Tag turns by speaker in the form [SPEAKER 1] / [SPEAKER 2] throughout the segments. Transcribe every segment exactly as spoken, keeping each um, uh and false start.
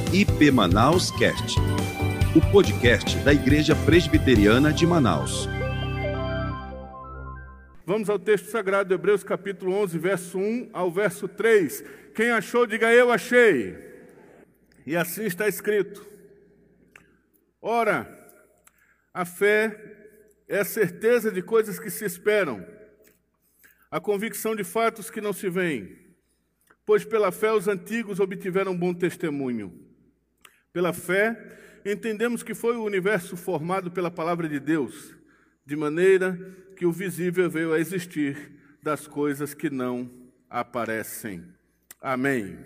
[SPEAKER 1] I P Manaus Cast, o podcast da Igreja Presbiteriana de Manaus.
[SPEAKER 2] Vamos ao texto sagrado, Hebreus capítulo onze, verso um ao verso três. Quem achou, diga eu achei. E assim está escrito: Ora, a fé é a certeza de coisas que se esperam, a convicção de fatos que não se veem. Pois pela fé os antigos obtiveram bom testemunho. Pela fé, entendemos que foi o universo formado pela palavra de Deus, de maneira que o visível veio a existir das coisas que não aparecem. Amém.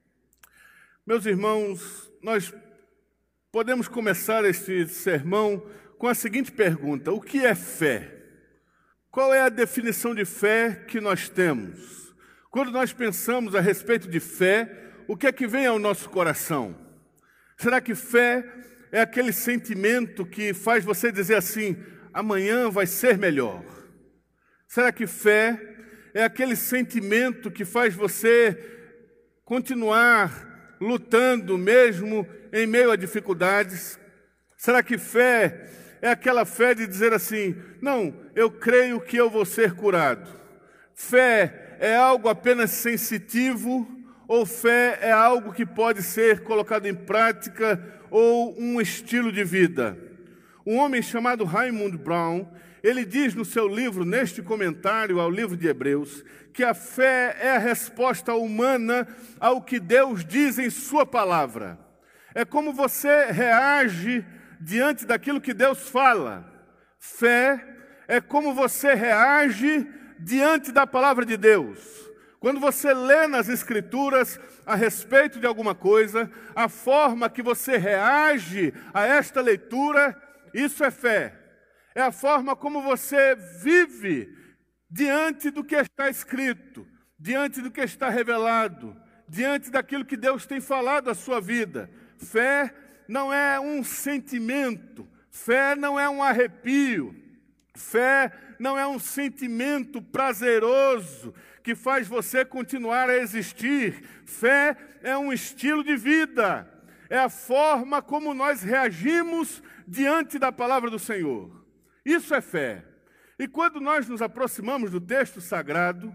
[SPEAKER 2] Meus irmãos, nós podemos começar este sermão com a seguinte pergunta: o que é fé? Qual é a definição de fé que nós temos? Quando nós pensamos a respeito de fé, o que é que vem ao nosso coração? Será que fé é aquele sentimento que faz você dizer assim: amanhã vai ser melhor? Será que fé é aquele sentimento que faz você continuar lutando mesmo em meio a dificuldades? Será que fé é aquela fé de dizer assim: não, eu creio que eu vou ser curado? Fé é algo apenas sensitivo? Ou fé é algo que pode ser colocado em prática ou um estilo de vida? Um homem chamado Raymond Brown, ele diz no seu livro, neste comentário ao livro de Hebreus, que a fé é a resposta humana ao que Deus diz em sua palavra. É como você reage diante daquilo que Deus fala. Fé é como você reage diante da palavra de Deus. Quando você lê nas Escrituras a respeito de alguma coisa, a forma que você reage a esta leitura, isso é fé. É a forma como você vive diante do que está escrito, diante do que está revelado, diante daquilo que Deus tem falado à sua vida. Fé não é um sentimento, fé não é um arrepio, fé não é um sentimento prazeroso que faz você continuar a existir. Fé é um estilo de vida, é a forma como nós reagimos diante da palavra do Senhor. Isso é fé. E quando nós nos aproximamos do texto sagrado,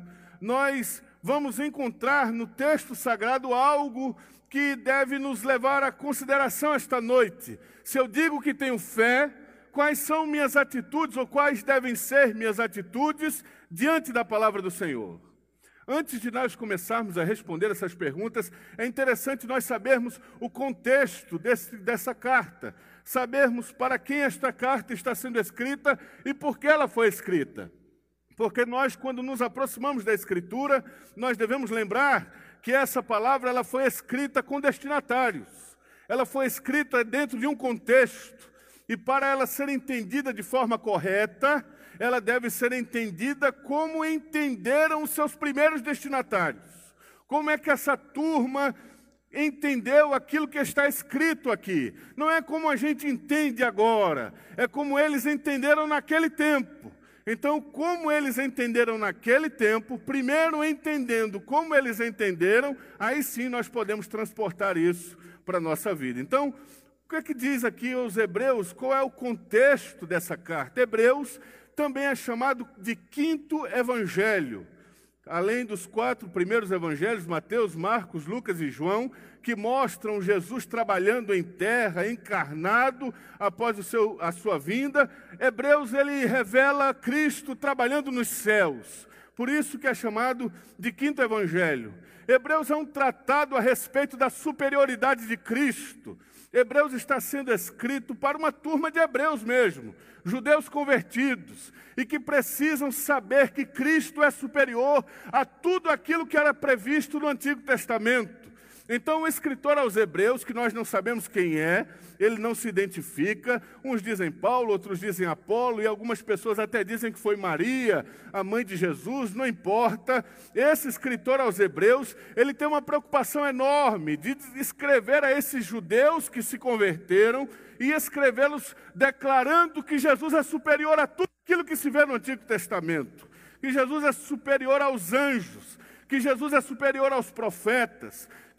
[SPEAKER 2] nós vamos encontrar no texto sagrado algo que deve nos levar à consideração esta noite. Se eu digo que tenho fé, quais são minhas atitudes ou quais devem ser minhas atitudes diante da palavra do Senhor? Antes de nós começarmos a responder essas perguntas, é interessante nós sabermos o contexto desse, dessa carta, sabermos para quem esta carta está sendo escrita e por que ela foi escrita. Porque nós, quando nos aproximamos da Escritura, nós devemos lembrar que essa palavra ela foi escrita com destinatários. Ela foi escrita dentro de um contexto. E para ela ser entendida de forma correta, ela deve ser entendida como entenderam os seus primeiros destinatários. Como é que essa turma entendeu aquilo que está escrito aqui? Não é como a gente entende agora, é como eles entenderam naquele tempo. Então, como eles entenderam naquele tempo, primeiro entendendo como eles entenderam, aí sim nós podemos transportar isso para a nossa vida. Então, o que é que diz aqui os Hebreus? Qual é o contexto dessa carta? Hebreus também é chamado de quinto evangelho. Além dos quatro primeiros evangelhos, Mateus, Marcos, Lucas e João, que mostram Jesus trabalhando em terra, encarnado após o seu, a sua vinda, Hebreus ele revela Cristo trabalhando nos céus. Por isso que é chamado de quinto evangelho. Hebreus é um tratado a respeito da superioridade de Cristo. Hebreus está sendo escrito para uma turma de hebreus mesmo, judeus convertidos, e que precisam saber que Cristo é superior a tudo aquilo que era previsto no Antigo Testamento. Então o escritor aos Hebreus, que nós não sabemos quem é, ele não se identifica, uns dizem Paulo, outros dizem Apolo, e algumas pessoas até dizem que foi Maria, a mãe de Jesus, não importa. Esse escritor aos Hebreus, ele tem uma preocupação enorme de escrever a esses judeus que se converteram e escrevê-los declarando que Jesus é superior a tudo aquilo que se vê no Antigo Testamento, que Jesus é superior aos anjos, que Jesus é superior aos profetas,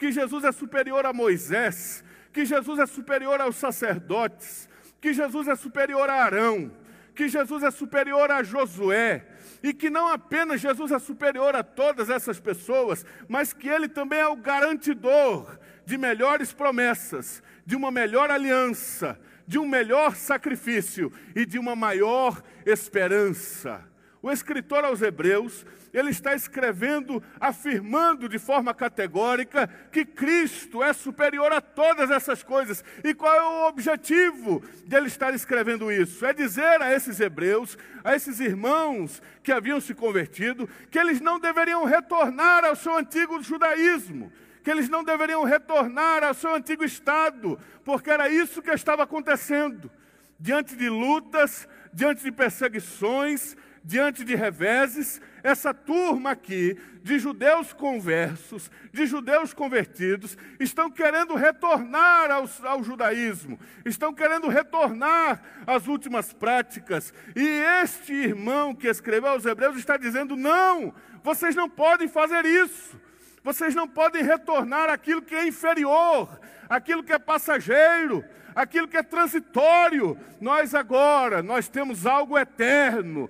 [SPEAKER 2] que Jesus é superior a Moisés, que Jesus é superior aos sacerdotes, que Jesus é superior a Arão, que Jesus é superior a Josué, e que não apenas Jesus é superior a todas essas pessoas, mas que Ele também é o garantidor de melhores promessas, de uma melhor aliança, de um melhor sacrifício e de uma maior esperança. O escritor aos Hebreus, ele está escrevendo, afirmando de forma categórica que Cristo é superior a todas essas coisas. E qual é o objetivo dele estar escrevendo isso? É dizer a esses hebreus, a esses irmãos que haviam se convertido, que eles não deveriam retornar ao seu antigo judaísmo, que eles não deveriam retornar ao seu antigo estado, porque era isso que estava acontecendo. Diante de lutas, diante de perseguições, diante de reveses, essa turma aqui, de judeus conversos, de judeus convertidos, estão querendo retornar ao, ao judaísmo, estão querendo retornar às últimas práticas. E este irmão que escreveu aos Hebreus está dizendo, não, vocês não podem fazer isso. Vocês não podem retornar àquilo que é inferior, àquilo que é passageiro, aquilo que é transitório. Nós agora, nós temos algo eterno,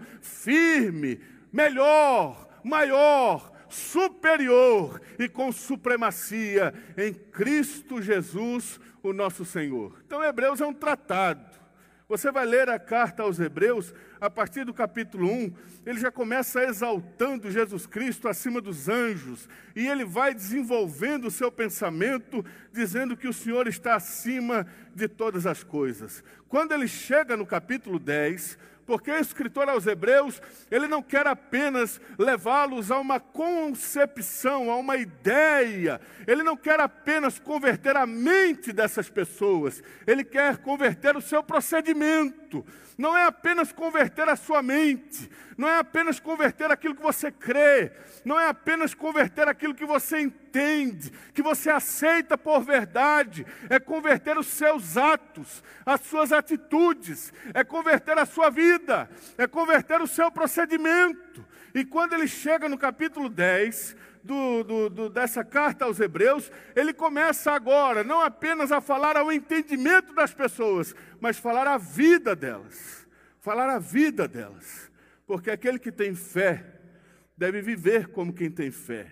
[SPEAKER 2] firme, melhor, maior, superior e com supremacia em Cristo Jesus, o nosso Senhor. Então, Hebreus é um tratado. Você vai ler a carta aos Hebreus, a partir do capítulo um, ele já começa exaltando Jesus Cristo acima dos anjos, e ele vai desenvolvendo o seu pensamento, dizendo que o Senhor está acima de todas as coisas. Quando ele chega no capítulo dez, porque o escritor aos Hebreus, ele não quer apenas levá-los a uma concepção, a uma ideia, ele não quer apenas converter a mente dessas pessoas, ele quer converter o seu procedimento. Não é apenas converter a sua mente, não é apenas converter aquilo que você crê, não é apenas converter aquilo que você entende, que você aceita por verdade, é converter os seus atos, as suas atitudes, é converter a sua vida, é converter o seu procedimento. E quando ele chega no capítulo dez, Do, do, do, dessa carta aos Hebreus, ele começa agora, não apenas a falar ao entendimento das pessoas, mas falar a vida delas, falar a vida delas, porque aquele que tem fé, deve viver como quem tem fé,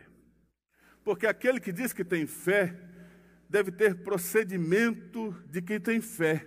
[SPEAKER 2] porque aquele que diz que tem fé, deve ter procedimento de quem tem fé,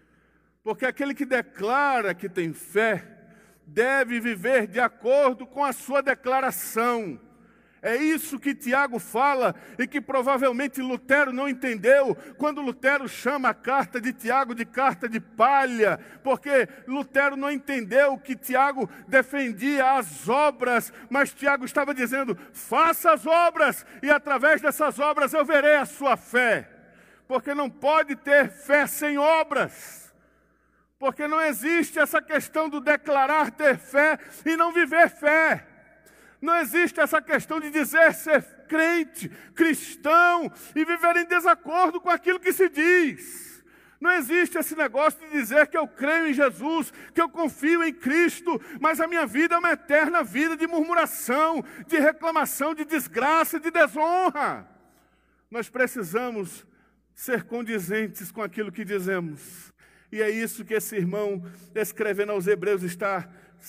[SPEAKER 2] porque aquele que declara que tem fé, deve viver de acordo com a sua declaração. É isso que Tiago fala e que provavelmente Lutero não entendeu quando Lutero chama a carta de Tiago de carta de palha, porque Lutero não entendeu que Tiago defendia as obras, mas Tiago estava dizendo, faça as obras e através dessas obras eu verei a sua fé, porque não pode ter fé sem obras, porque não existe essa questão do declarar ter fé e não viver fé. Não existe essa questão de dizer ser crente, cristão, e viver em desacordo com aquilo que se diz. Não existe esse negócio de dizer que eu creio em Jesus, que eu confio em Cristo, mas a minha vida é uma eterna vida de murmuração, de reclamação, de desgraça, de desonra. Nós precisamos ser condizentes com aquilo que dizemos. E é isso que esse irmão, escrevendo aos Hebreus, está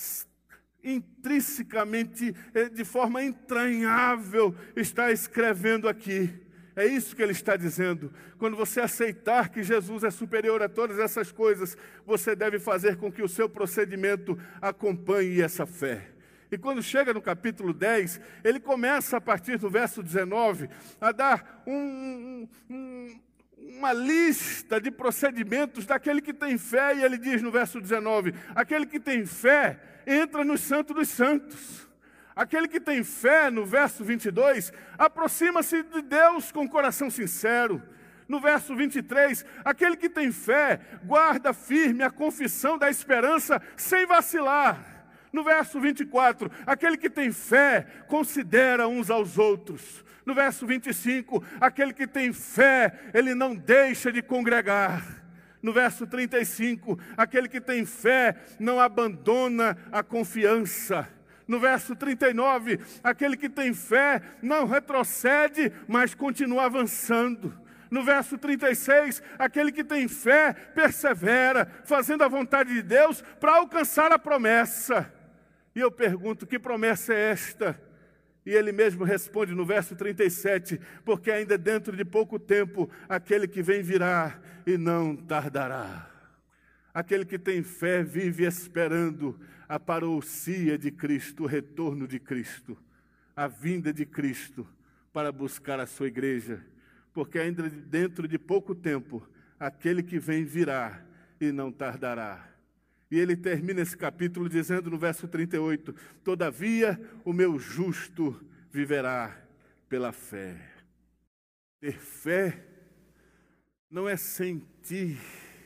[SPEAKER 2] intrinsecamente, de forma entranhável, está escrevendo aqui. É isso que ele está dizendo. Quando você aceitar que Jesus é superior a todas essas coisas, você deve fazer com que o seu procedimento acompanhe essa fé. E quando chega no capítulo dez, ele começa a partir do verso dezenove, a dar um, um, uma lista de procedimentos daquele que tem fé, e ele diz no verso dezenove, aquele que tem fé entra no Santo dos Santos. Aquele que tem fé, no verso vinte e dois, aproxima-se de Deus com coração sincero. No verso vinte e três, aquele que tem fé, guarda firme a confissão da esperança sem vacilar. No verso vinte e quatro, aquele que tem fé, considera uns aos outros. No verso vinte e cinco, aquele que tem fé, ele não deixa de congregar. No verso trinta e cinco, aquele que tem fé não abandona a confiança. No verso trinta e nove, aquele que tem fé não retrocede, mas continua avançando. No verso trinta e seis, aquele que tem fé persevera, fazendo a vontade de Deus para alcançar a promessa. E eu pergunto, que promessa é esta? E ele mesmo responde no verso trinta e sete, porque ainda dentro de pouco tempo, aquele que vem virá e não tardará. Aquele que tem fé vive esperando a parousia de Cristo, o retorno de Cristo, a vinda de Cristo para buscar a sua igreja. Porque ainda dentro de pouco tempo, aquele que vem virá e não tardará. E ele termina esse capítulo dizendo no verso trinta e oito, todavia o meu justo viverá pela fé. Ter fé não é sentir,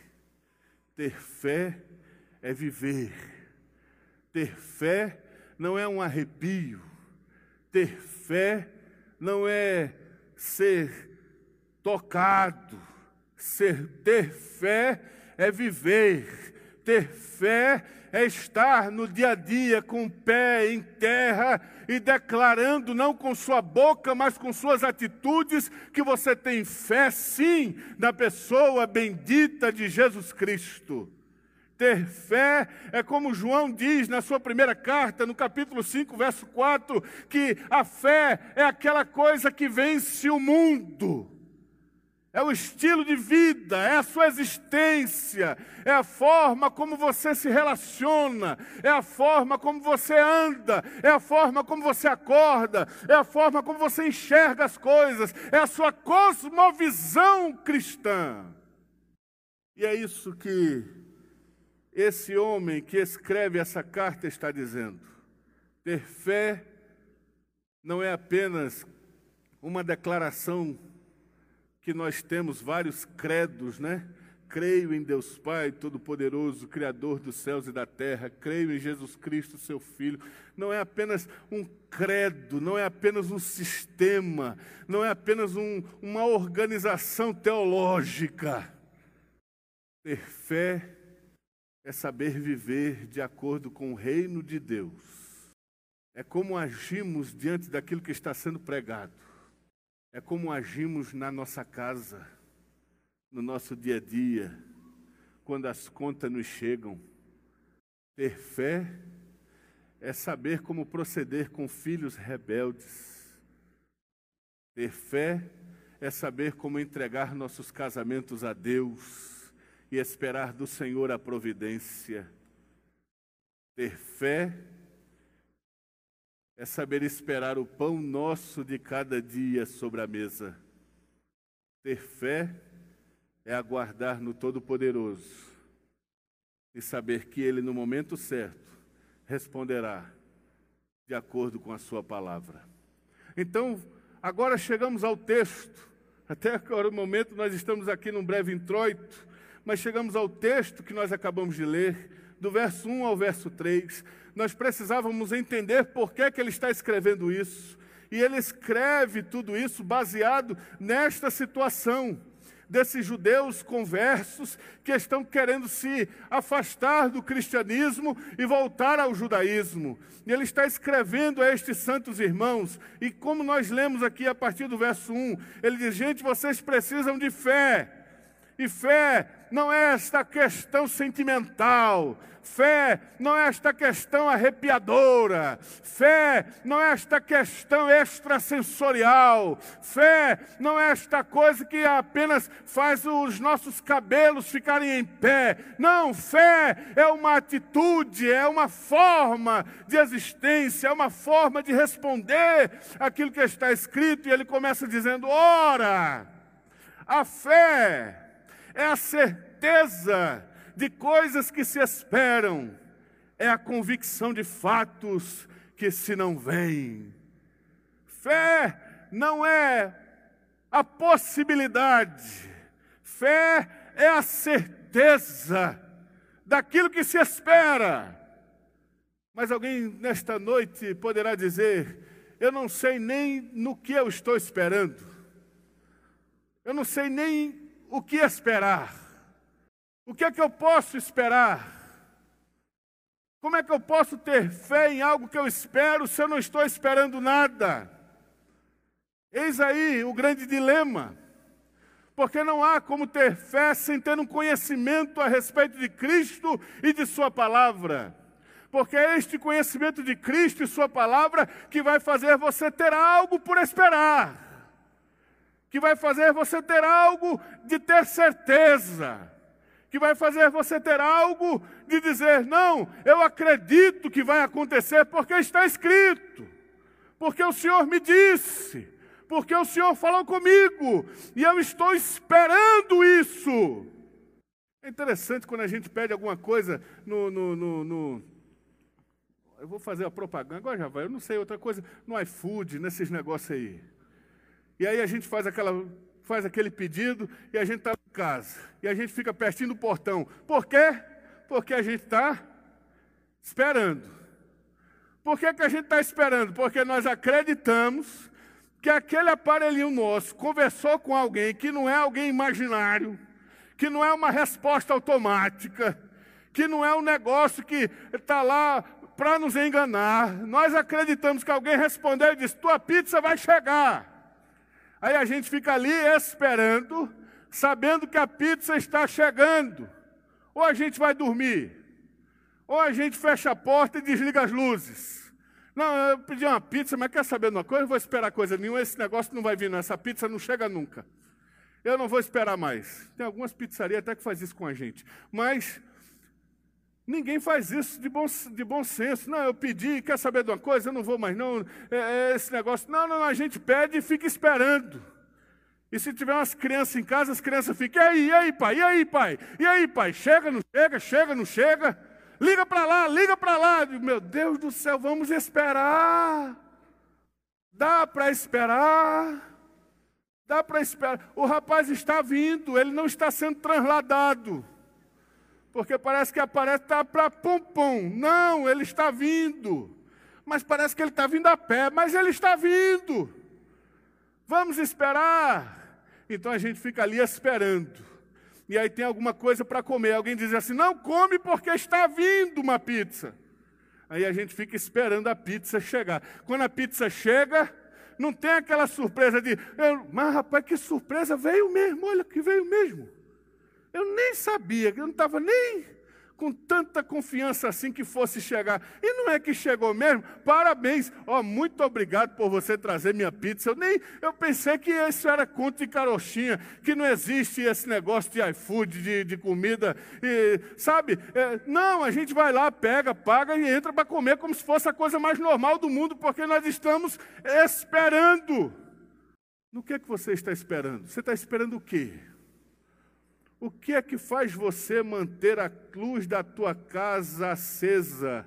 [SPEAKER 2] ter fé é viver. Ter fé não é um arrepio, ter fé não é ser tocado, ser, ter fé é viver, ter fé é estar no dia a dia com o pé em terra e declarando, não com sua boca, mas com suas atitudes, que você tem fé sim na pessoa bendita de Jesus Cristo. Ter fé é como João diz na sua primeira carta, no capítulo cinco, verso quatro, que a fé é aquela coisa que vence o mundo. É o estilo de vida, é a sua existência, é a forma como você se relaciona, é a forma como você anda, é a forma como você acorda, é a forma como você enxerga as coisas, é a sua cosmovisão cristã. E é isso que esse homem que escreve essa carta está dizendo. Ter fé não é apenas uma declaração que nós temos vários credos, né? Creio em Deus Pai Todo-Poderoso, Criador dos céus e da terra. Creio em Jesus Cristo, seu Filho. Não é apenas um credo, não é apenas um sistema, não é apenas um, uma organização teológica. Ter fé é saber viver de acordo com o reino de Deus. É como agimos diante daquilo que está sendo pregado. É como agimos na nossa casa, no nosso dia a dia, quando as contas nos chegam. Ter fé é saber como proceder com filhos rebeldes. Ter fé é saber como entregar nossos casamentos a Deus e esperar do Senhor a providência. Ter fé é saber esperar o pão nosso de cada dia sobre a mesa. Ter fé é aguardar no Todo-Poderoso e saber que Ele, no momento certo, responderá de acordo com a sua palavra. Então, agora chegamos ao texto. Até agora, no momento, nós estamos aqui num breve introito, mas chegamos ao texto que nós acabamos de ler, do verso um ao verso três. Nós precisávamos entender por que que ele está escrevendo isso. E ele escreve tudo isso baseado nesta situação desses judeus conversos que estão querendo se afastar do cristianismo e voltar ao judaísmo. E ele está escrevendo a estes santos irmãos. E como nós lemos aqui a partir do verso um, ele diz, gente, vocês precisam de fé. E fé não é esta questão sentimental. Fé não é esta questão arrepiadora. Fé não é esta questão extrasensorial. Fé não é esta coisa que apenas faz os nossos cabelos ficarem em pé. Não, fé é uma atitude, é uma forma de existência, é uma forma de responder aquilo que está escrito. E ele começa dizendo, ora, a fé é a certeza de coisas que se esperam, é a convicção de fatos que se não veem. Fé não é a possibilidade, fé é a certeza daquilo que se espera. Mas alguém nesta noite poderá dizer, eu não sei nem no que eu estou esperando, eu não sei nem o que esperar? O que é que eu posso esperar? Como é que eu posso ter fé em algo que eu espero se eu não estou esperando nada? Eis aí o grande dilema. Porque não há como ter fé sem ter um conhecimento a respeito de Cristo e de sua palavra. Porque é este conhecimento de Cristo e sua palavra que vai fazer você ter algo por esperar. Que vai fazer você ter algo de ter certeza. Que vai fazer você ter algo de dizer, não, eu acredito que vai acontecer porque está escrito. Porque o Senhor me disse. Porque o Senhor falou comigo. E eu estou esperando isso. É interessante quando a gente pede alguma coisa no... no, no, no eu vou fazer a propaganda, agora já vai, eu não sei, outra coisa, no iFood, nesses negócios aí. E aí a gente faz, aquela, faz aquele pedido e a gente está em casa. E a gente fica pertinho do portão. Por quê? Porque a gente está esperando. Por que que a gente está esperando? Porque nós acreditamos que aquele aparelhinho nosso conversou com alguém que não é alguém imaginário, que não é uma resposta automática, que não é um negócio que está lá para nos enganar. Nós acreditamos que alguém respondeu e disse, tua pizza vai chegar. Aí a gente fica ali esperando, sabendo que a pizza está chegando. Ou a gente vai dormir, ou a gente fecha a porta e desliga as luzes. Não, eu pedi uma pizza, mas quer saber de uma coisa? Eu vou esperar coisa nenhuma, esse negócio não vai vir, não. Essa pizza não chega nunca. Eu não vou esperar mais. Tem algumas pizzarias até que faz isso com a gente. Mas ninguém faz isso de bom, de bom senso. Não, eu pedi, quer saber de uma coisa? Eu não vou mais, não. É, é esse negócio. Não, não, a gente pede e fica esperando. E se tiver umas crianças em casa, as crianças ficam, e aí, e aí, pai? E aí, pai? E aí, pai? Chega, não chega? Chega, não chega? Liga para lá, liga para lá. Meu Deus do céu, vamos esperar. Dá para esperar. Dá para esperar. O rapaz está vindo, ele não está sendo trasladado. Porque parece que aparece está para pum-pum. Não, ele está vindo. Mas parece que ele está vindo a pé, mas ele está vindo. Vamos esperar. Então a gente fica ali esperando. E aí tem alguma coisa para comer. Alguém diz assim, não come porque está vindo uma pizza. Aí a gente fica esperando a pizza chegar. Quando a pizza chega, não tem aquela surpresa de, mas rapaz, que surpresa, veio mesmo, olha que veio mesmo. Eu nem sabia, eu não estava nem com tanta confiança assim que fosse chegar. E não é que chegou mesmo? Parabéns, oh, muito obrigado por você trazer minha pizza. Eu, nem, eu pensei que isso era conto de carochinha, que não existe esse negócio de iFood, de, de comida, e, sabe? É, não, a gente vai lá, pega, paga e entra para comer como se fosse a coisa mais normal do mundo, porque nós estamos esperando. No que é que você está esperando? Você está esperando o quê? O que é que faz você manter a luz da tua casa acesa,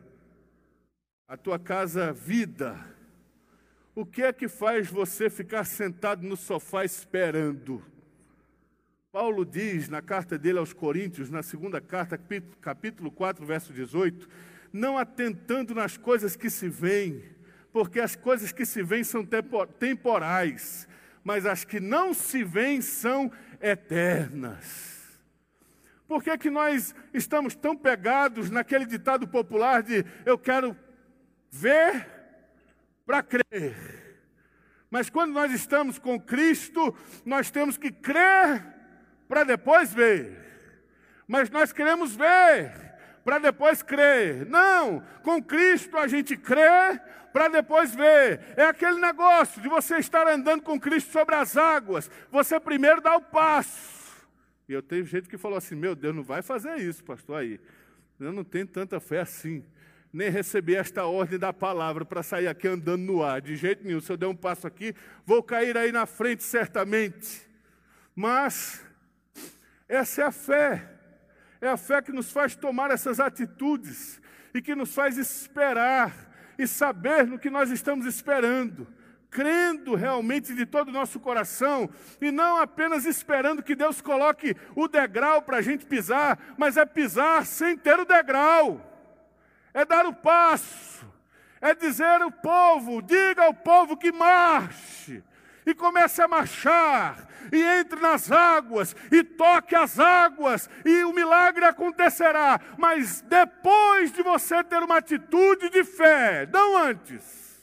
[SPEAKER 2] a tua casa vida? O que é que faz você ficar sentado no sofá esperando? Paulo diz na carta dele aos Coríntios, na segunda carta, capítulo quatro, verso dezoito, não atentando nas coisas que se veem, porque as coisas que se veem são temporais, mas as que não se veem são eternas. Por que que nós estamos tão pegados naquele ditado popular de eu quero ver para crer? Mas quando nós estamos com Cristo, nós temos que crer para depois ver. Mas nós queremos ver para depois crer. Não, com Cristo a gente crê para depois ver. É aquele negócio de você estar andando com Cristo sobre as águas. Você primeiro dá o passo. E eu tenho gente que falou assim, meu Deus, não vai fazer isso, pastor, aí. Eu não tenho tanta fé assim. Nem receber esta ordem da palavra para sair aqui andando no ar. De jeito nenhum, se eu der um passo aqui, vou cair aí na frente certamente. Mas essa é a fé. É a fé que nos faz tomar essas atitudes e que nos faz esperar e saber no que nós estamos esperando. Crendo realmente de todo o nosso coração, e não apenas esperando que Deus coloque o degrau para a gente pisar, mas é pisar sem ter o degrau, é dar o passo, é dizer ao povo, diga ao povo que marche, e comece a marchar, e entre nas águas, e toque as águas, e o milagre acontecerá. Mas depois de você ter uma atitude de fé, não antes.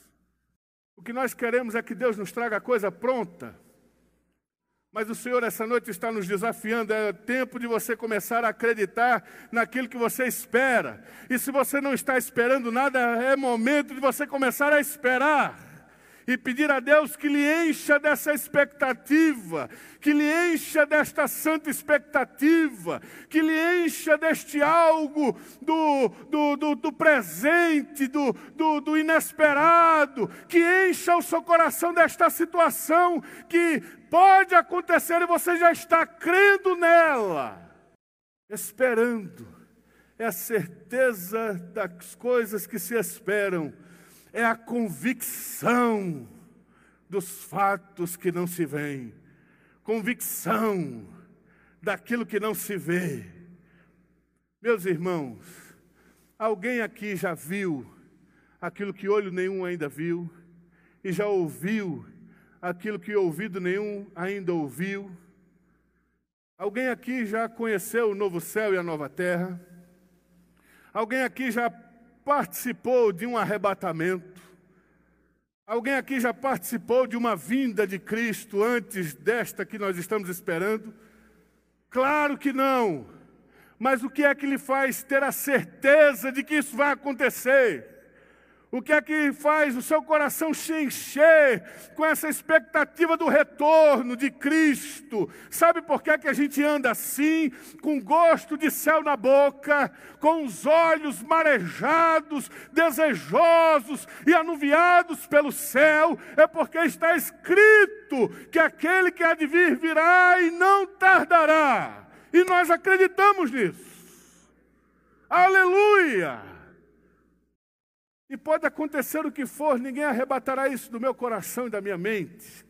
[SPEAKER 2] O que nós queremos é que Deus nos traga a coisa pronta. Mas o Senhor essa noite está nos desafiando, é tempo de você começar a acreditar naquilo que você espera. E se você não está esperando nada, é momento de você começar a esperar. E pedir a Deus que lhe encha dessa expectativa, que lhe encha desta santa expectativa, que lhe encha deste algo do, do, do, do presente, do, do, do inesperado, que encha o seu coração desta situação que pode acontecer e você já está crendo nela, esperando. É a certeza das coisas que se esperam. É a convicção dos fatos que não se veem. Convicção daquilo que não se vê. Meus irmãos, alguém aqui já viu aquilo que olho nenhum ainda viu? E já ouviu aquilo que ouvido nenhum ainda ouviu? Alguém aqui já conheceu o novo céu e a nova terra? Alguém aqui já participou de um arrebatamento? Alguém aqui já participou de uma vinda de Cristo antes desta que nós estamos esperando? Claro que não. Mas o que é que lhe faz ter a certeza de que isso vai acontecer? O que é que faz o seu coração se encher com essa expectativa do retorno de Cristo? Sabe por que é que a gente anda assim, com gosto de céu na boca, com os olhos marejados, desejosos e anuviados pelo céu? É porque está escrito que aquele que há de vir virá e não tardará. E nós acreditamos nisso. Aleluia! E pode acontecer o que for, ninguém arrebatará isso do meu coração e da minha mente.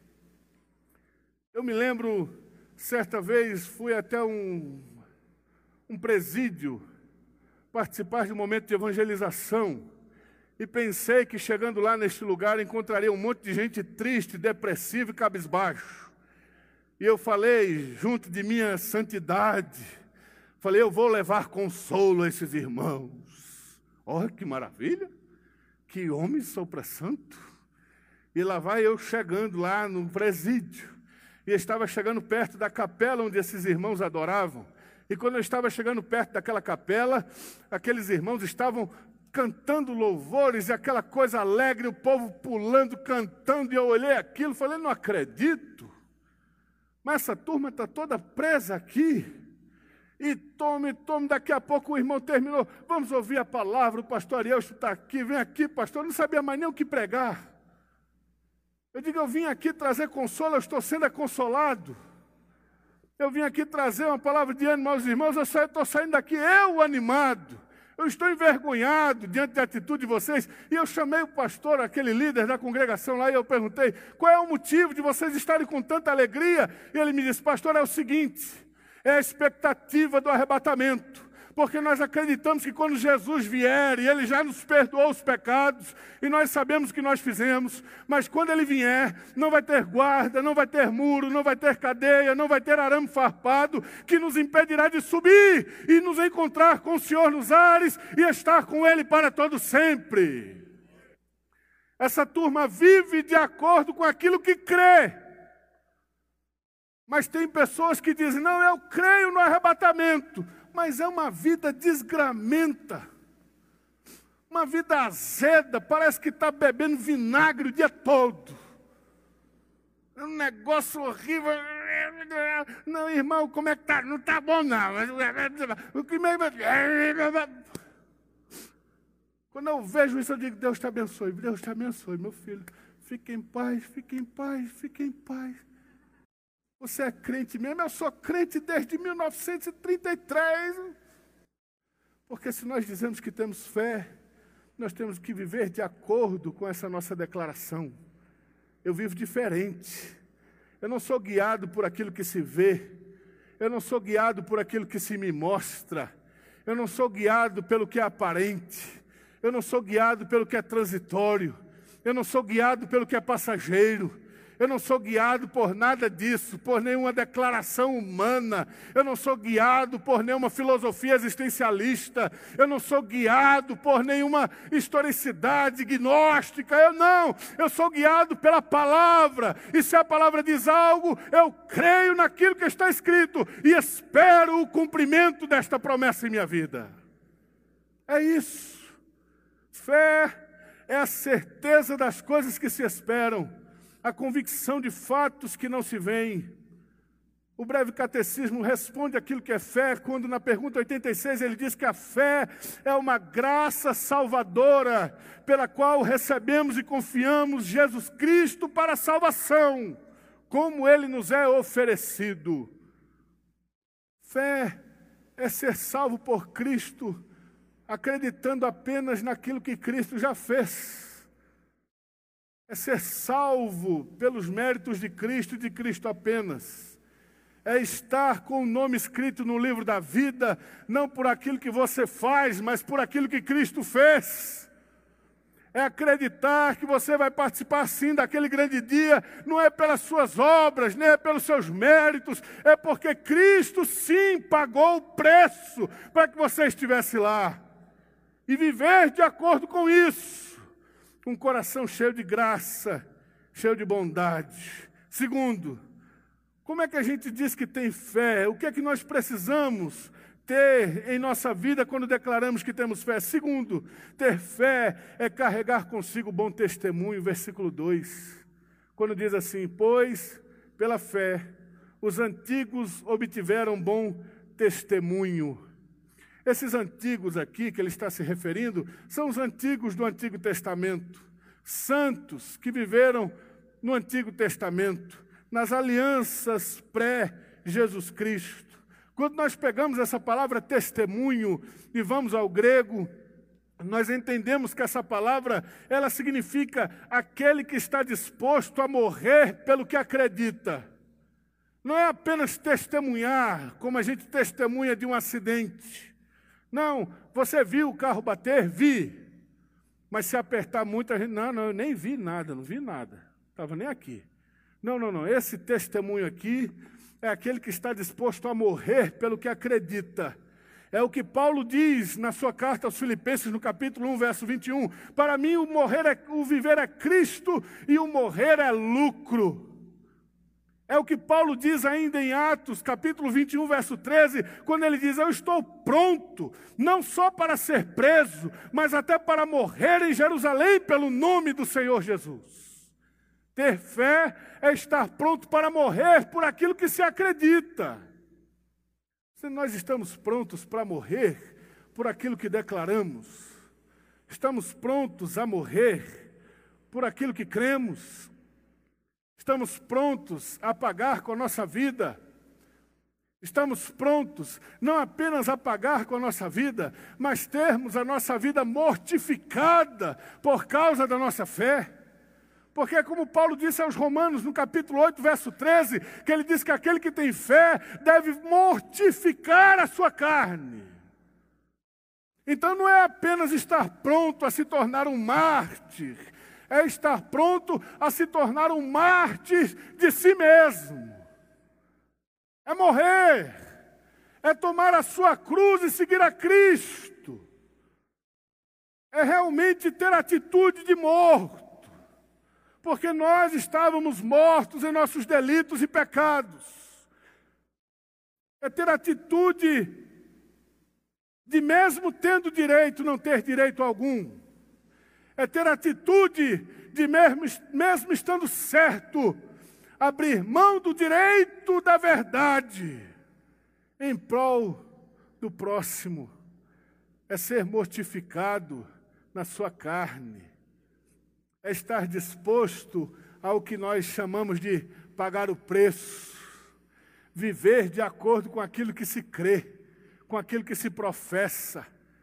[SPEAKER 2] Eu me lembro, certa vez, fui até um, um presídio, participar de um momento de evangelização, e pensei que chegando lá neste lugar encontraria um monte de gente triste, depressiva e cabisbaixo. E eu falei, junto de minha santidade, falei, eu vou levar consolo a esses irmãos. Olha que maravilha! Que homem sopra-santo. E lá vai eu chegando lá no presídio. E estava chegando perto da capela onde esses irmãos adoravam. E quando eu estava chegando perto daquela capela, aqueles irmãos estavam cantando louvores e aquela coisa alegre, o povo pulando, cantando. E eu olhei aquilo e falei, não acredito. Mas essa turma está toda presa aqui. E tome, tome, daqui a pouco o irmão terminou. Vamos ouvir a palavra, o pastor Ariel está aqui. Vem aqui, pastor, eu não sabia mais nem o que pregar. Eu digo, eu vim aqui trazer consolo, eu estou sendo consolado. Eu vim aqui trazer uma palavra de ânimo aos irmãos, eu só estou saindo daqui, eu animado. Eu estou envergonhado diante da atitude de vocês. E eu chamei o pastor, aquele líder da congregação lá, e eu perguntei, qual é o motivo de vocês estarem com tanta alegria? E ele me disse, pastor, é o seguinte... É a expectativa do arrebatamento, porque nós acreditamos que quando Jesus vier, e Ele já nos perdoou os pecados, e nós sabemos o que nós fizemos, mas quando Ele vier, não vai ter guarda, não vai ter muro, não vai ter cadeia, não vai ter arame farpado, que nos impedirá de subir e nos encontrar com o Senhor nos ares e estar com Ele para todo sempre. Essa turma vive de acordo com aquilo que crê. Mas tem pessoas que dizem, não, eu creio no arrebatamento, mas é uma vida desgramenta, uma vida azeda, parece que está bebendo vinagre o dia todo. É um negócio horrível. Não, irmão, como é que está? Não está bom, não. O que me... Quando eu vejo isso, eu digo, Deus te abençoe, Deus te abençoe, meu filho. Fique em paz, fique em paz, fique em paz. Você é crente mesmo? Eu sou crente desde mil novecentos e trinta e três. Porque se nós dizemos que temos fé, nós temos que viver de acordo com essa nossa declaração. Eu vivo diferente. Eu não sou guiado por aquilo que se vê. Eu não sou guiado por aquilo que se me mostra. Eu não sou guiado pelo que é aparente. Eu não sou guiado pelo que é transitório. Eu não sou guiado pelo que é passageiro. Eu não sou guiado por nada disso, por nenhuma declaração humana. Eu não sou guiado por nenhuma filosofia existencialista. Eu não sou guiado por nenhuma historicidade gnóstica. Eu não, eu sou guiado pela palavra. E se a palavra diz algo, eu creio naquilo que está escrito e espero o cumprimento desta promessa em minha vida. É isso. Fé é a certeza das coisas que se esperam, a convicção de fatos que não se veem. O breve catecismo responde aquilo que é fé, quando na pergunta oitenta e seis ele diz que a fé é uma graça salvadora, pela qual recebemos e confiamos Jesus Cristo para a salvação, como Ele nos é oferecido. Fé é ser salvo por Cristo, acreditando apenas naquilo que Cristo já fez. É ser salvo pelos méritos de Cristo e de Cristo apenas. É estar com o nome escrito no livro da vida, não por aquilo que você faz, mas por aquilo que Cristo fez. É acreditar que você vai participar sim daquele grande dia, não é pelas suas obras, nem é pelos seus méritos, é porque Cristo sim pagou o preço para que você estivesse lá. E viver de acordo com isso. Com um coração cheio de graça, cheio de bondade. Segundo, como é que a gente diz que tem fé? O que é que nós precisamos ter em nossa vida quando declaramos que temos fé? Segundo, ter fé é carregar consigo bom testemunho, versículo dois. Quando diz assim, pois, pela fé, os antigos obtiveram bom testemunho. Esses antigos aqui, que ele está se referindo, são os antigos do Antigo Testamento. Santos que viveram no Antigo Testamento, nas alianças pré-Jesus Cristo. Quando nós pegamos essa palavra testemunho e vamos ao grego, nós entendemos que essa palavra, ela significa aquele que está disposto a morrer pelo que acredita. Não é apenas testemunhar, como a gente testemunha de um acidente. Não, você viu o carro bater? Vi. Mas se apertar muito, a gente, não, não, eu nem vi nada, não vi nada. Estava nem aqui. Não, não, não, esse testemunho aqui é aquele que está disposto a morrer pelo que acredita. É o que Paulo diz na sua carta aos Filipenses, no capítulo um, verso vinte e um. Para mim, o, morrer é, o viver é Cristo e o morrer é lucro. É o que Paulo diz ainda em Atos, capítulo vinte e um, verso treze, quando ele diz, eu estou pronto, não só para ser preso, mas até para morrer em Jerusalém pelo nome do Senhor Jesus. Ter fé é estar pronto para morrer por aquilo que se acredita. Se nós estamos prontos para morrer por aquilo que declaramos, estamos prontos a morrer por aquilo que cremos, estamos prontos a pagar com a nossa vida. Estamos prontos não apenas a pagar com a nossa vida, mas termos a nossa vida mortificada por causa da nossa fé. Porque como Paulo disse aos Romanos, no capítulo oito, verso treze, que ele diz que aquele que tem fé deve mortificar a sua carne. Então não é apenas estar pronto a se tornar um mártir, é estar pronto a se tornar um mártir de si mesmo. É morrer, é tomar a sua cruz e seguir a Cristo. É realmente ter atitude de morto, porque nós estávamos mortos em nossos delitos e pecados. É ter atitude de mesmo tendo direito, não ter direito algum. É ter atitude de mesmo, mesmo estando certo, abrir mão do direito da verdade em prol do próximo. É ser mortificado na sua carne. É estar disposto ao que nós chamamos de pagar o preço. Viver de acordo com aquilo que se crê, com aquilo que se professa.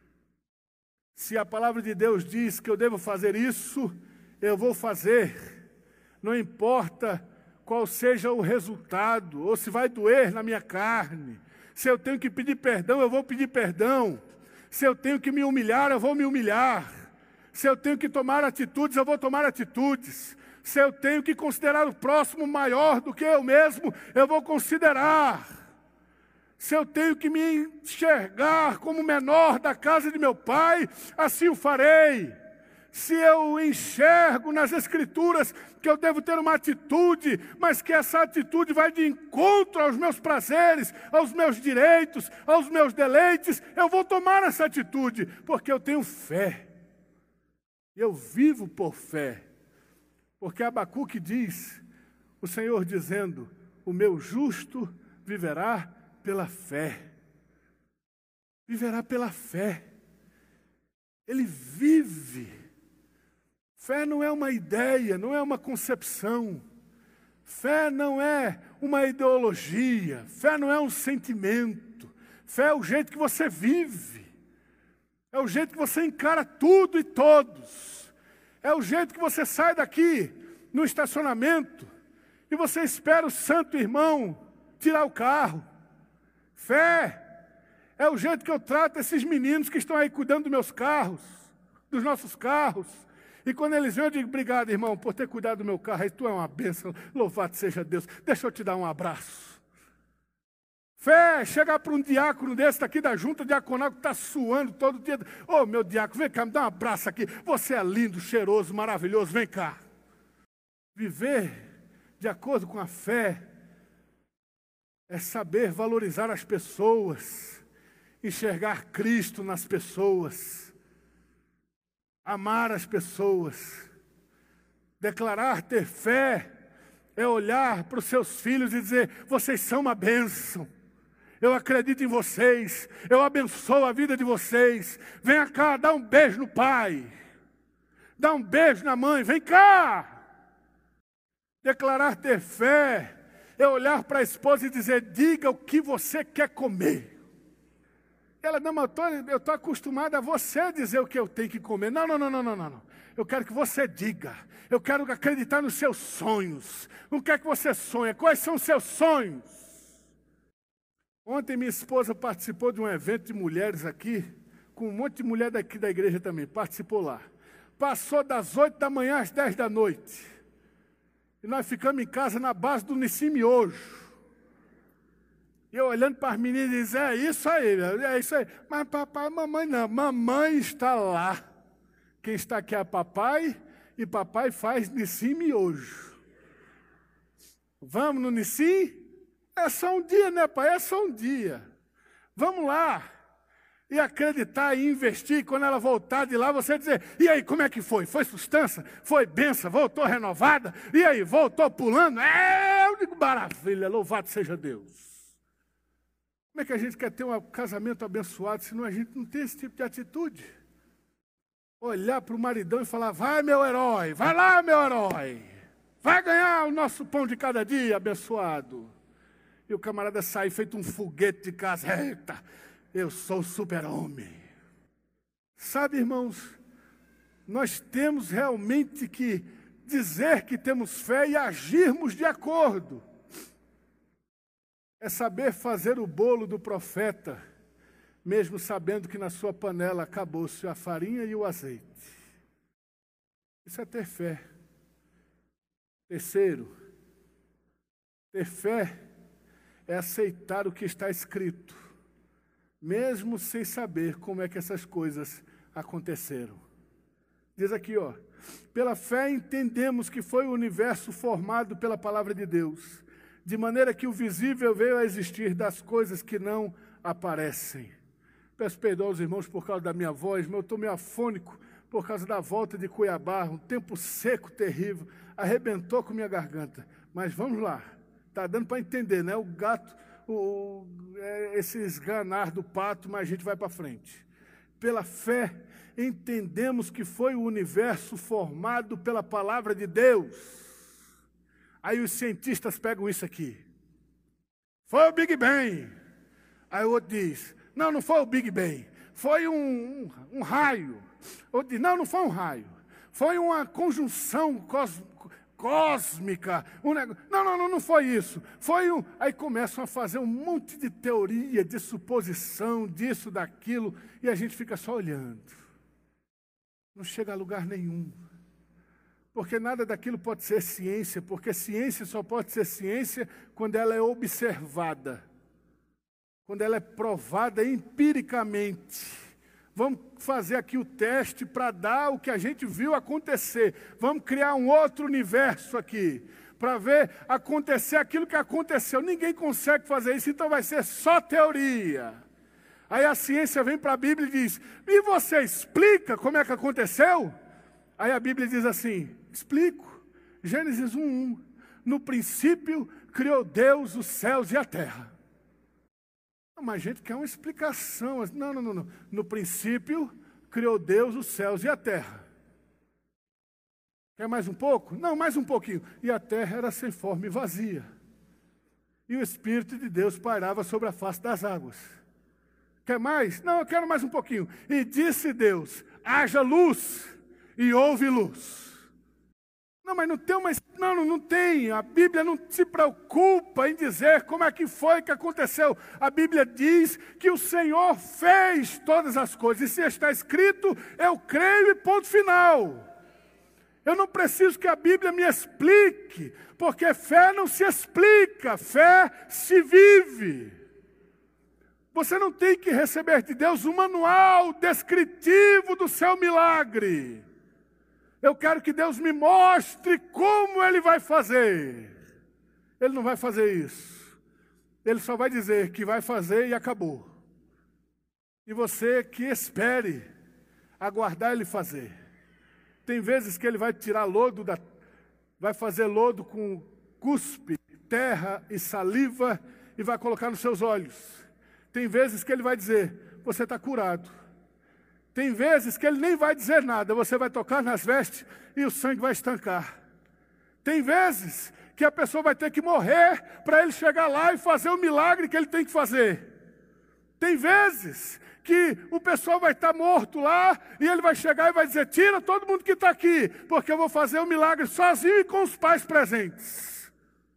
[SPEAKER 2] Se a palavra de Deus diz que eu devo fazer isso, eu vou fazer. Não importa qual seja o resultado, ou se vai doer na minha carne. Se eu tenho que pedir perdão, eu vou pedir perdão. Se eu tenho que me humilhar, eu vou me humilhar. Se eu tenho que tomar atitudes, eu vou tomar atitudes. Se eu tenho que considerar o próximo maior do que eu mesmo, eu vou considerar. Se eu tenho que me enxergar como menor da casa de meu pai, assim o farei. Se eu enxergo nas Escrituras que eu devo ter uma atitude, mas que essa atitude vai de encontro aos meus prazeres, aos meus direitos, aos meus deleites, eu vou tomar essa atitude, porque eu tenho fé. Eu vivo por fé. Porque Abacuque diz, o Senhor dizendo, o meu justo viverá pela fé. Viverá pela fé. Ele vive. Fé não é uma ideia, não é uma concepção. Fé não é uma ideologia. Fé não é um sentimento. Fé é o jeito que você vive. É o jeito que você encara tudo e todos. É o jeito que você sai daqui, no estacionamento, e você espera o santo irmão tirar o carro. Fé é o jeito que eu trato esses meninos que estão aí cuidando dos meus carros, dos nossos carros. E quando eles vêm, eu digo, obrigado, irmão, por ter cuidado do meu carro. Aí tu é uma bênção, louvado seja Deus. Deixa eu te dar um abraço. Fé, chegar para um diácono desse daqui da junta diaconal que está suando todo dia. Ô, oh, meu diácono, vem cá, me dá um abraço aqui. Você é lindo, cheiroso, maravilhoso, vem cá. Viver de acordo com a fé é saber valorizar as pessoas, enxergar Cristo nas pessoas, amar as pessoas. Declarar ter fé é olhar para os seus filhos e dizer, vocês são uma bênção. Eu acredito em vocês, eu abençoo a vida de vocês. Venha cá, dá um beijo no pai. Dá um beijo na mãe, vem cá. Declarar ter fé é olhar para a esposa e dizer, diga o que você quer comer. Ela, não, mas eu estou acostumada a você dizer o que eu tenho que comer. Não, não, não, não, não, não. Eu quero que você diga. Eu quero acreditar nos seus sonhos. O que é que você sonha? Quais são os seus sonhos? Ontem minha esposa participou de um evento de mulheres aqui, com um monte de mulher daqui da igreja também, participou lá. Passou das oito da manhã às dez da noite. E nós ficamos em casa na base do Nissim Miojo. E eu olhando para as meninas e dizendo, é isso aí, é isso aí. Mas papai, mamãe não, mamãe está lá. Quem está aqui é papai, e papai faz Nissim Miojo. Vamos no Nissim? É só um dia, né, pai? É só um dia. Vamos lá. E acreditar e investir. Quando ela voltar de lá, você dizer, e aí, como é que foi? Foi sustância? Foi benção? Voltou renovada? E aí, voltou pulando? É, eu digo, maravilha, louvado seja Deus. Como é que a gente quer ter um casamento abençoado, se a gente não tem esse tipo de atitude? Olhar para o maridão e falar, vai meu herói, vai lá meu herói. Vai ganhar o nosso pão de cada dia, abençoado. E o camarada sai feito um foguete de casa. Eita, eu sou o super-homem. Sabe, irmãos, nós temos realmente que dizer que temos fé e agirmos de acordo. É saber fazer o bolo do profeta, mesmo sabendo que na sua panela acabou-se a farinha e o azeite. Isso é ter fé. Terceiro, ter fé é aceitar o que está escrito, mesmo sem saber como é que essas coisas aconteceram. Diz aqui, ó, pela fé entendemos que foi o universo formado pela palavra de Deus, de maneira que o visível veio a existir das coisas que não aparecem. Peço perdão aos irmãos por causa da minha voz, mas eu estou meio afônico por causa da volta de Cuiabá, um tempo seco terrível, arrebentou com minha garganta. Mas vamos lá. Está dando para entender, né? O gato, o, é, esse esganar do pato, mas a gente vai para frente. Pela fé, entendemos que foi o universo formado pela palavra de Deus. Aí os cientistas pegam isso aqui. Foi o Big Bang. Aí o outro diz, não, não foi o Big Bang. Foi um, um, um raio. O outro diz, não, não foi um raio. Foi uma conjunção cósmica. Cósmica, um negócio. Não, não, não, não foi isso. Foi um. Aí começam a fazer um monte de teoria, de suposição, disso, daquilo, e a gente fica só olhando. Não chega a lugar nenhum. Porque nada daquilo pode ser ciência, porque ciência só pode ser ciência quando ela é observada, quando ela é provada empiricamente. Vamos fazer aqui o teste para dar o que a gente viu acontecer. Vamos criar um outro universo aqui, para ver acontecer aquilo que aconteceu. Ninguém consegue fazer isso, então vai ser só teoria. Aí a ciência vem para a Bíblia e diz, e você explica como é que aconteceu? Aí a Bíblia diz assim, explico. Gênesis um, um. No princípio criou Deus os céus e a terra. Mas a gente quer uma explicação. Não, não, não, não. No princípio criou Deus os céus e a terra. Quer mais um pouco? Não, mais um pouquinho. E a terra era sem forma e vazia. E o Espírito de Deus pairava sobre a face das águas. Quer mais? Não, eu quero mais um pouquinho. E disse Deus, haja luz, e houve luz. Não, mas não tem uma... Não, não, não tem. A Bíblia não se preocupa em dizer como é que foi que aconteceu. A Bíblia diz que o Senhor fez todas as coisas. E se está escrito, eu creio e ponto final. Eu não preciso que a Bíblia me explique, porque fé não se explica, fé se vive. Você não tem que receber de Deus um manual descritivo do seu milagre. Eu quero que Deus me mostre como Ele vai fazer. Ele não vai fazer isso. Ele só vai dizer que vai fazer e acabou. E você que espere aguardar Ele fazer. Tem vezes que Ele vai tirar lodo, da, vai fazer lodo com cuspe, terra e saliva e vai colocar nos seus olhos. Tem vezes que Ele vai dizer, você está curado. Tem vezes que Ele nem vai dizer nada, você vai tocar nas vestes e o sangue vai estancar. Tem vezes que a pessoa vai ter que morrer para Ele chegar lá e fazer o milagre que Ele tem que fazer. Tem vezes que o pessoal vai estar morto lá e Ele vai chegar e vai dizer, tira todo mundo que está aqui, porque eu vou fazer o milagre sozinho e com os pais presentes.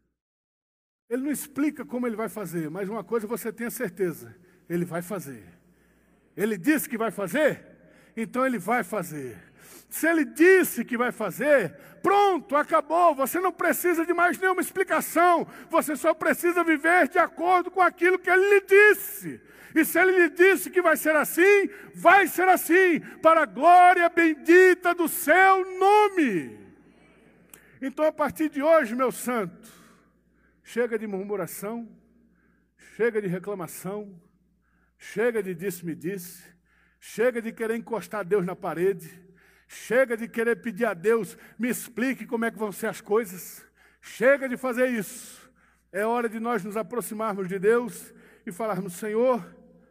[SPEAKER 2] Ele não explica como Ele vai fazer, mas uma coisa você tenha certeza, Ele vai fazer. Ele disse que vai fazer, então Ele vai fazer. Se Ele disse que vai fazer, pronto, acabou. Você não precisa de mais nenhuma explicação. Você só precisa viver de acordo com aquilo que Ele lhe disse. E se Ele lhe disse que vai ser assim, vai ser assim, para a glória bendita do seu nome. Então, a partir de hoje, meu santo, chega de murmuração, chega de reclamação, chega de disse-me-disse, chega de querer encostar Deus na parede, chega de querer pedir a Deus, me explique como é que vão ser as coisas, chega de fazer isso. É hora de nós nos aproximarmos de Deus e falarmos, Senhor,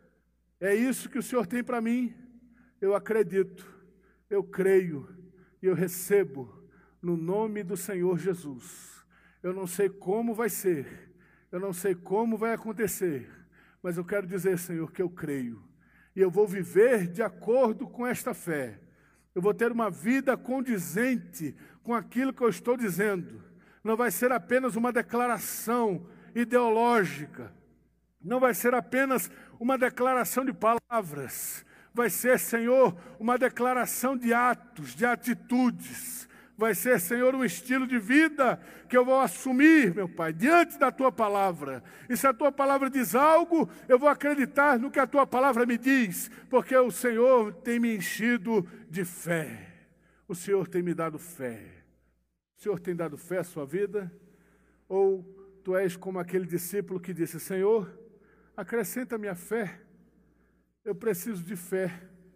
[SPEAKER 2] é isso que o Senhor tem para mim, eu acredito, eu creio e eu recebo no nome do Senhor Jesus. Eu não sei como vai ser, eu não sei como vai acontecer, mas eu quero dizer, Senhor, que eu creio. E eu vou viver de acordo com esta fé. Eu vou ter uma vida condizente com aquilo que eu estou dizendo. Não vai ser apenas uma declaração ideológica. Não vai ser apenas uma declaração de palavras. Vai ser, Senhor, uma declaração de atos, de atitudes. Vai ser, Senhor, um estilo de vida que eu vou assumir, meu Pai, diante da Tua palavra. E se a Tua palavra diz algo, eu vou acreditar no que a Tua palavra me diz, porque o Senhor tem me enchido de fé. O Senhor tem me dado fé. O Senhor tem dado fé à sua vida? Ou Tu és como aquele discípulo que disse, Senhor, acrescenta a minha fé. Eu preciso de fé.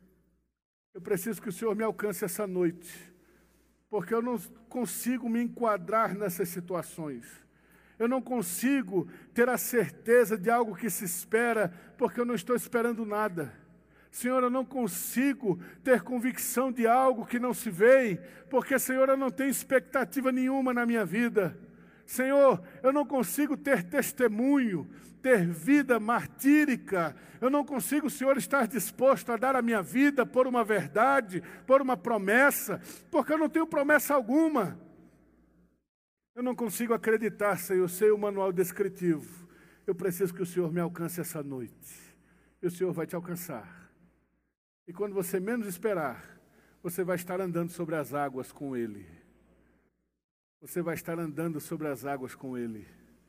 [SPEAKER 2] Eu preciso que o Senhor me alcance essa noite. Porque eu não consigo me enquadrar nessas situações. Eu não consigo ter a certeza de algo que se espera, porque eu não estou esperando nada. Senhor, eu não consigo ter convicção de algo que não se vê, porque, Senhor, eu não tenho expectativa nenhuma na minha vida. Senhor, eu não consigo ter testemunho, ter vida martírica. Eu não consigo, Senhor, estar disposto a dar a minha vida por uma verdade, por uma promessa, porque eu não tenho promessa alguma. Eu não consigo acreditar, Senhor, sei o manual descritivo. Eu preciso que o Senhor me alcance essa noite. E o Senhor vai te alcançar. E quando você menos esperar, você vai estar andando sobre as águas com Ele. você vai estar andando sobre as águas com Ele.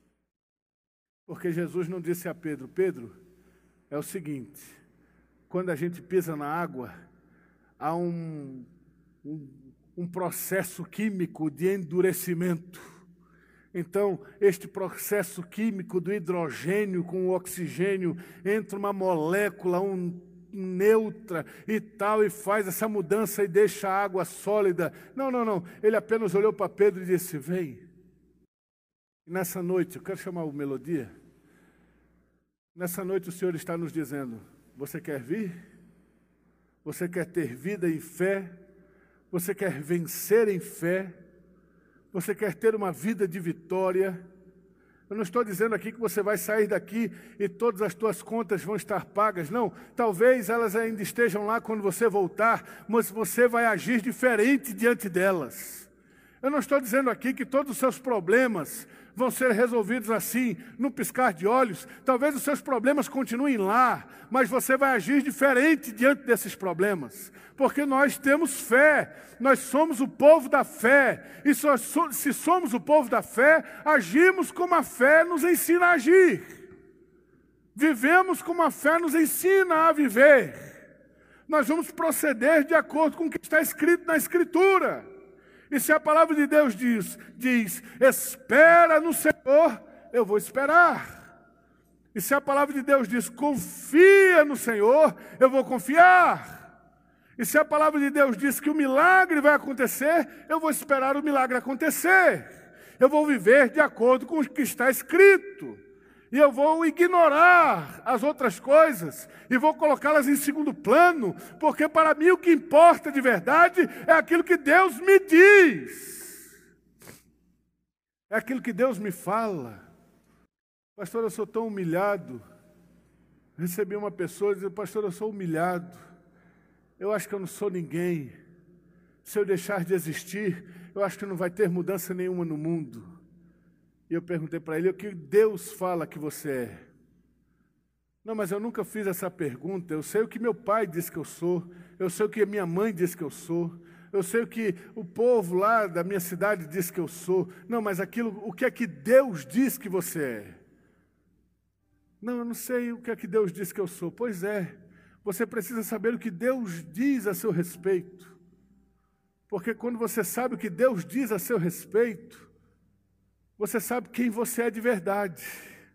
[SPEAKER 2] Porque Jesus não disse a Pedro, Pedro, é o seguinte, quando a gente pisa na água, há um, um, um processo químico de endurecimento. Então, este processo químico do hidrogênio com o oxigênio, entra uma molécula, um neutra e tal, e faz essa mudança e deixa a água sólida. Não, não, não. Ele apenas olhou para Pedro e disse, vem. E nessa noite, eu quero chamar o Melodia. Nessa noite o Senhor está nos dizendo, você quer vir? Você quer ter vida em fé? Você quer vencer em fé? Você quer ter uma vida de vitória? Eu não estou dizendo aqui que você vai sair daqui e todas as tuas contas vão estar pagas. Não, talvez elas ainda estejam lá quando você voltar, mas você vai agir diferente diante delas. Eu não estou dizendo aqui que todos os seus problemas vão ser resolvidos assim, num piscar de olhos. Talvez os seus problemas continuem lá, mas você vai agir diferente diante desses problemas. Porque nós temos fé, nós somos o povo da fé. E se somos o povo da fé, agimos como a fé nos ensina a agir. Vivemos como a fé nos ensina a viver. Nós vamos proceder de acordo com o que está escrito na Escritura. E se a palavra de Deus diz, diz, espera no Senhor, eu vou esperar. E se a palavra de Deus diz, confia no Senhor, eu vou confiar. E se a palavra de Deus diz que o milagre vai acontecer, eu vou esperar o milagre acontecer. Eu vou viver de acordo com o que está escrito. E eu vou ignorar as outras coisas e vou colocá-las em segundo plano, porque para mim o que importa de verdade é aquilo que Deus me diz. É aquilo que Deus me fala. Pastor, eu sou tão humilhado. Recebi uma pessoa dizendo, pastor, eu sou humilhado. Eu acho que eu não sou ninguém. Se eu deixar de existir, eu acho que não vai ter mudança nenhuma no mundo. E eu perguntei para ele, o que Deus fala que você é? Não, mas eu nunca fiz essa pergunta. Eu sei o que meu pai disse que eu sou. Eu sei o que minha mãe disse que eu sou. Eu sei o que o povo lá da minha cidade diz que eu sou. Não, mas aquilo, o que é que Deus diz que você é? Não, eu não sei o que é que Deus diz que eu sou. Pois é, você precisa saber o que Deus diz a seu respeito. Porque quando você sabe o que Deus diz a seu respeito, você sabe quem você é de verdade.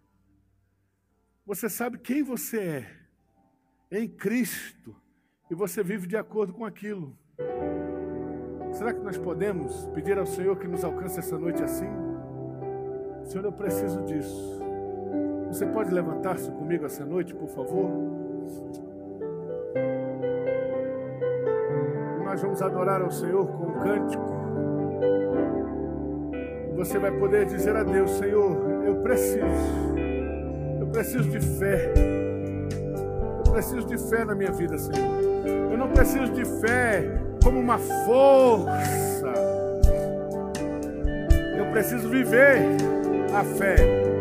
[SPEAKER 2] Você sabe quem você é em Cristo. E você vive de acordo com aquilo. Será que nós podemos pedir ao Senhor que nos alcance essa noite assim? Senhor, eu preciso disso. Você pode levantar-se comigo essa noite, por favor? E nós vamos adorar ao Senhor com um cântico. Você vai poder dizer a Deus, Senhor, eu preciso, eu preciso de fé, eu preciso de fé na minha vida, Senhor. Eu não preciso de fé como uma força, eu preciso viver a fé.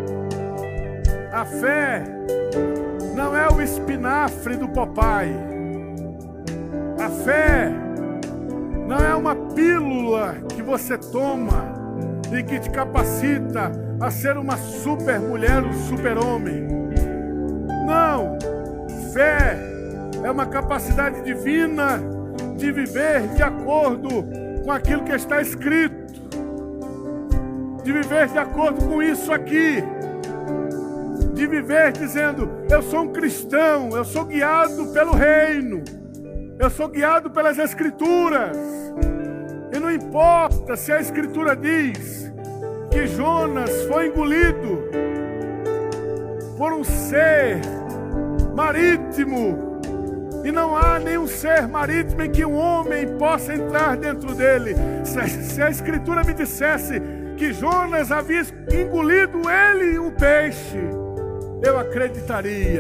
[SPEAKER 2] A fé não é o espinafre do Popeye, a fé não é uma pílula que você toma e que te capacita a ser uma super mulher, um super homem. Não, fé é uma capacidade divina de viver de acordo com aquilo que está escrito, de viver de acordo com isso aqui, de viver dizendo, eu sou um cristão, eu sou guiado pelo reino, eu sou guiado pelas Escrituras. E não importa se a Escritura diz que Jonas foi engolido por um ser marítimo, e não há nenhum ser marítimo em que um homem possa entrar dentro dele. Se, se a Escritura me dissesse que Jonas havia engolido ele um peixe, eu acreditaria.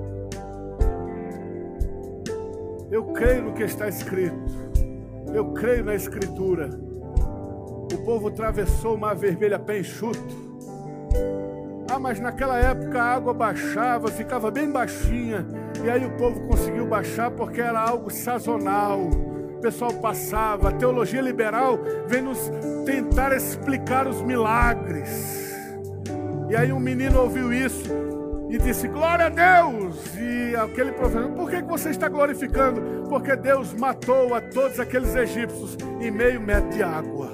[SPEAKER 2] Eu creio no que está escrito. Eu creio na Escritura. O povo atravessou o mar vermelho a pé enxuto. Ah, mas naquela época a água baixava, ficava bem baixinha. E aí o povo conseguiu baixar porque era algo sazonal. o pessoal passava. A teologia liberal vem nos tentar explicar os milagres. E aí um menino ouviu isso e disse: glória a Deus. E aquele professor: por que você está glorificando? Porque Deus matou a todos aqueles egípcios em meio metro de água.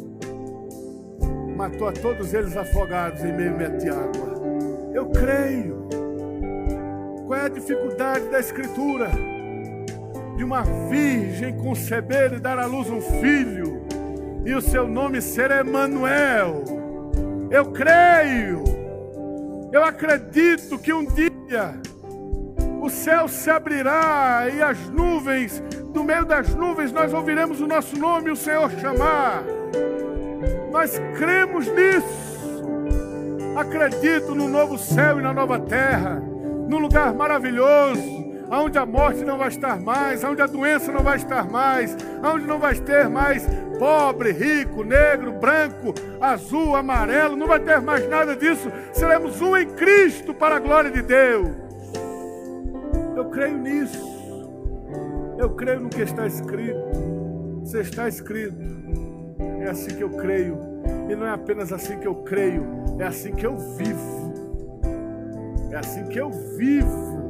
[SPEAKER 2] Matou a todos eles afogados em meio metro de água. Eu creio. Qual é a dificuldade da Escritura? De uma virgem conceber e dar à luz um filho, e o seu nome ser Emanuel. Eu creio. Eu acredito que um dia o céu se abrirá e as nuvens, do meio das nuvens nós ouviremos o nosso nome e o Senhor chamar. Nós cremos nisso. Acredito no novo céu e na nova terra, num lugar maravilhoso, onde a morte não vai estar mais, onde a doença não vai estar mais, onde não vai ter mais pobre, rico, negro, branco, azul, amarelo, não vai ter mais nada disso. Seremos um em Cristo para a glória de Deus. Eu creio nisso. Eu creio no que está escrito. Se está escrito, é assim que eu creio. E não é apenas assim que eu creio, é assim que eu vivo. É assim que eu vivo.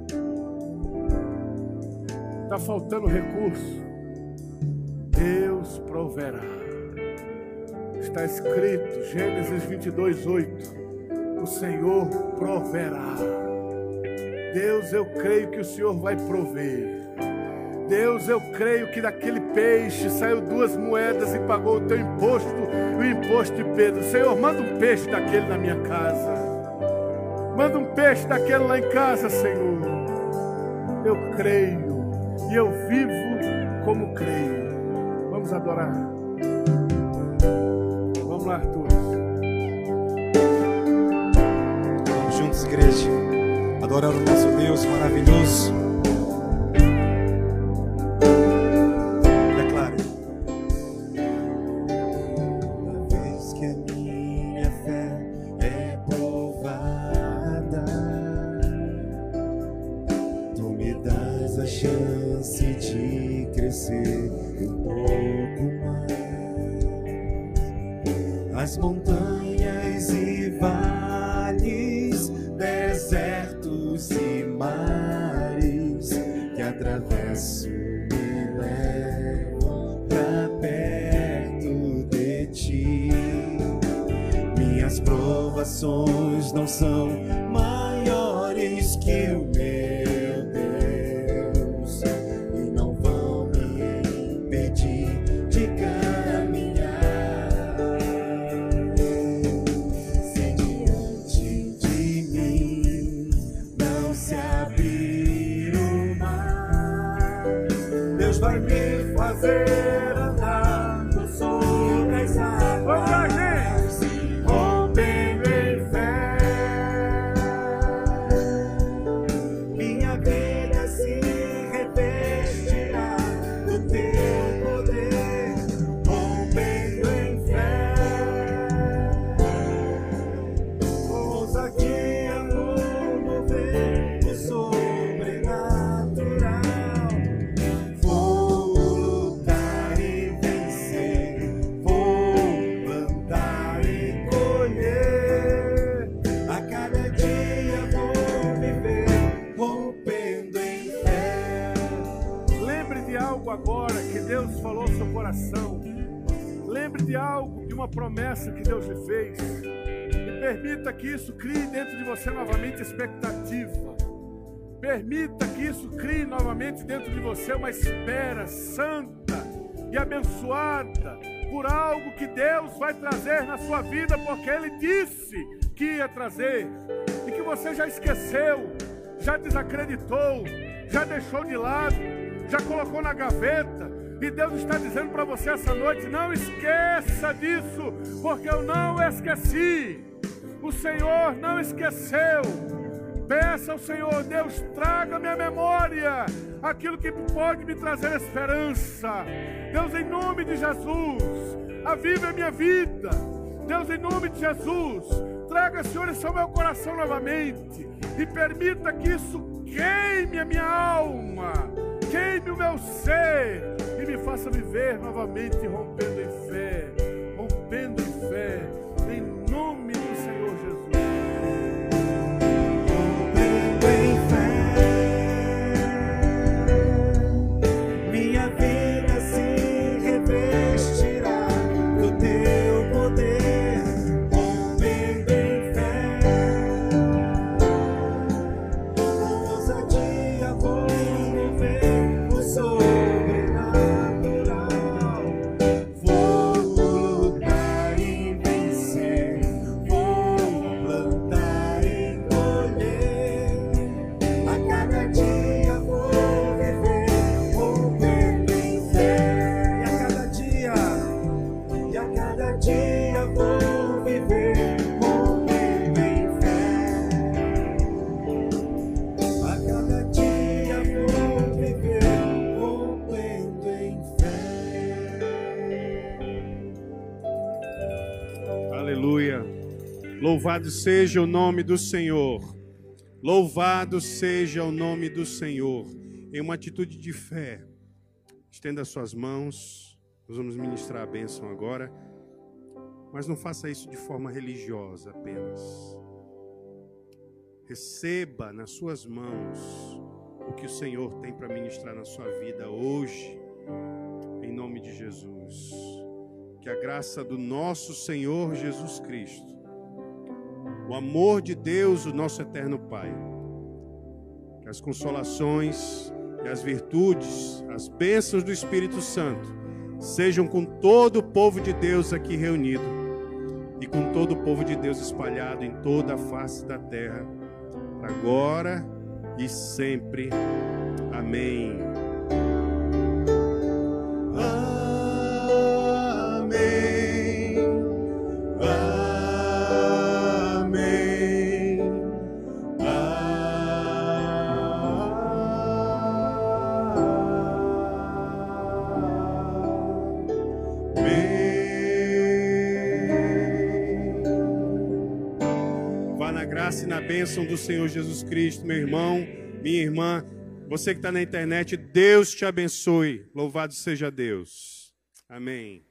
[SPEAKER 2] Está faltando recurso, Deus proverá. Está escrito, Gênesis vinte e dois, oito. O Senhor proverá. Deus, eu creio que o Senhor vai prover. Deus, eu creio que daquele peixe saiu duas moedas e pagou o teu imposto, o imposto de Pedro. Senhor, manda um peixe daquele na minha casa. Manda um peixe daquele lá em casa, Senhor. Eu creio. E eu vivo como creio. Vamos adorar. Vamos lá, Arthur.
[SPEAKER 3] Vamos juntos, igreja. Adorar o nosso Deus maravilhoso. Declare. Uma vez que a minha fé é provada, tu me dás a chance de crescer um pouco mais. As montanhas e vales, desertos e mares que atravesso me levam pra perto de ti. Minhas provações não são maiores que o meu Deus e não vão me impedir de caminhar. Se diante de mim não se abrir o mar, Deus vai me fazer andar sobre as águas, rompendo em fé. Minha vida se revestirá do teu poder, rompendo em fé. Ousa guia no mover do sobrenatural. Vou lutar e vencer, vou plantar e colher. A cada dia vou viver, rompendo em fé. Lembre de algo agora que Deus falou no seu coração. Lembre de algo, de uma promessa que Deus lhe fez. E permita que isso crie dentro de você novamente expectativa. Permita que isso crie novamente dentro de você uma espera santa e abençoada por algo que Deus vai trazer na sua vida, porque Ele disse que ia trazer, e que você já esqueceu, já desacreditou, já deixou de lado, já colocou na gaveta. E Deus está dizendo para você essa noite: não esqueça disso, porque eu não esqueci. O Senhor não esqueceu. Peça ao Senhor: Deus, traga à minha memória aquilo que pode me trazer esperança. Deus, em nome de Jesus, avive a minha vida. Deus, em nome de Jesus, traga, Senhor, isso ao meu coração novamente. E permita que isso queime a minha alma, queime o meu ser, e
[SPEAKER 2] me faça viver novamente rompendo em fé, rompendo em fé, em nome do Senhor Jesus.
[SPEAKER 3] Rompendo em fé, minha vida se revestirá do teu poder. Rompendo em fé, com ousadia vou mover o sobrenatural. Vou lutar e vencer, vou plantar e colher. A cada dia vou viver rompendo em fé. E a cada dia, e a cada dia vou viver rompendo em fé. A cada dia vou viver rompendo em fé.
[SPEAKER 4] Aleluia. Louvado seja o nome do Senhor. Louvado seja o nome do Senhor. Em uma atitude de fé, estenda suas mãos. Nós vamos ministrar a bênção agora. Mas não faça isso de forma religiosa apenas. Receba nas suas mãos o que o Senhor tem para ministrar na sua vida hoje. Em nome de Jesus. Que a graça do nosso Senhor Jesus Cristo, o amor de Deus, o nosso eterno Pai, que as consolações e as virtudes, as bênçãos do Espírito Santo sejam com todo o povo de Deus aqui reunido e com todo o povo de Deus espalhado em toda a face da terra, agora e sempre. Amém. E na bênção do Senhor Jesus Cristo, meu irmão, minha irmã, você que está na internet, Deus te abençoe. Louvado seja Deus. Amém.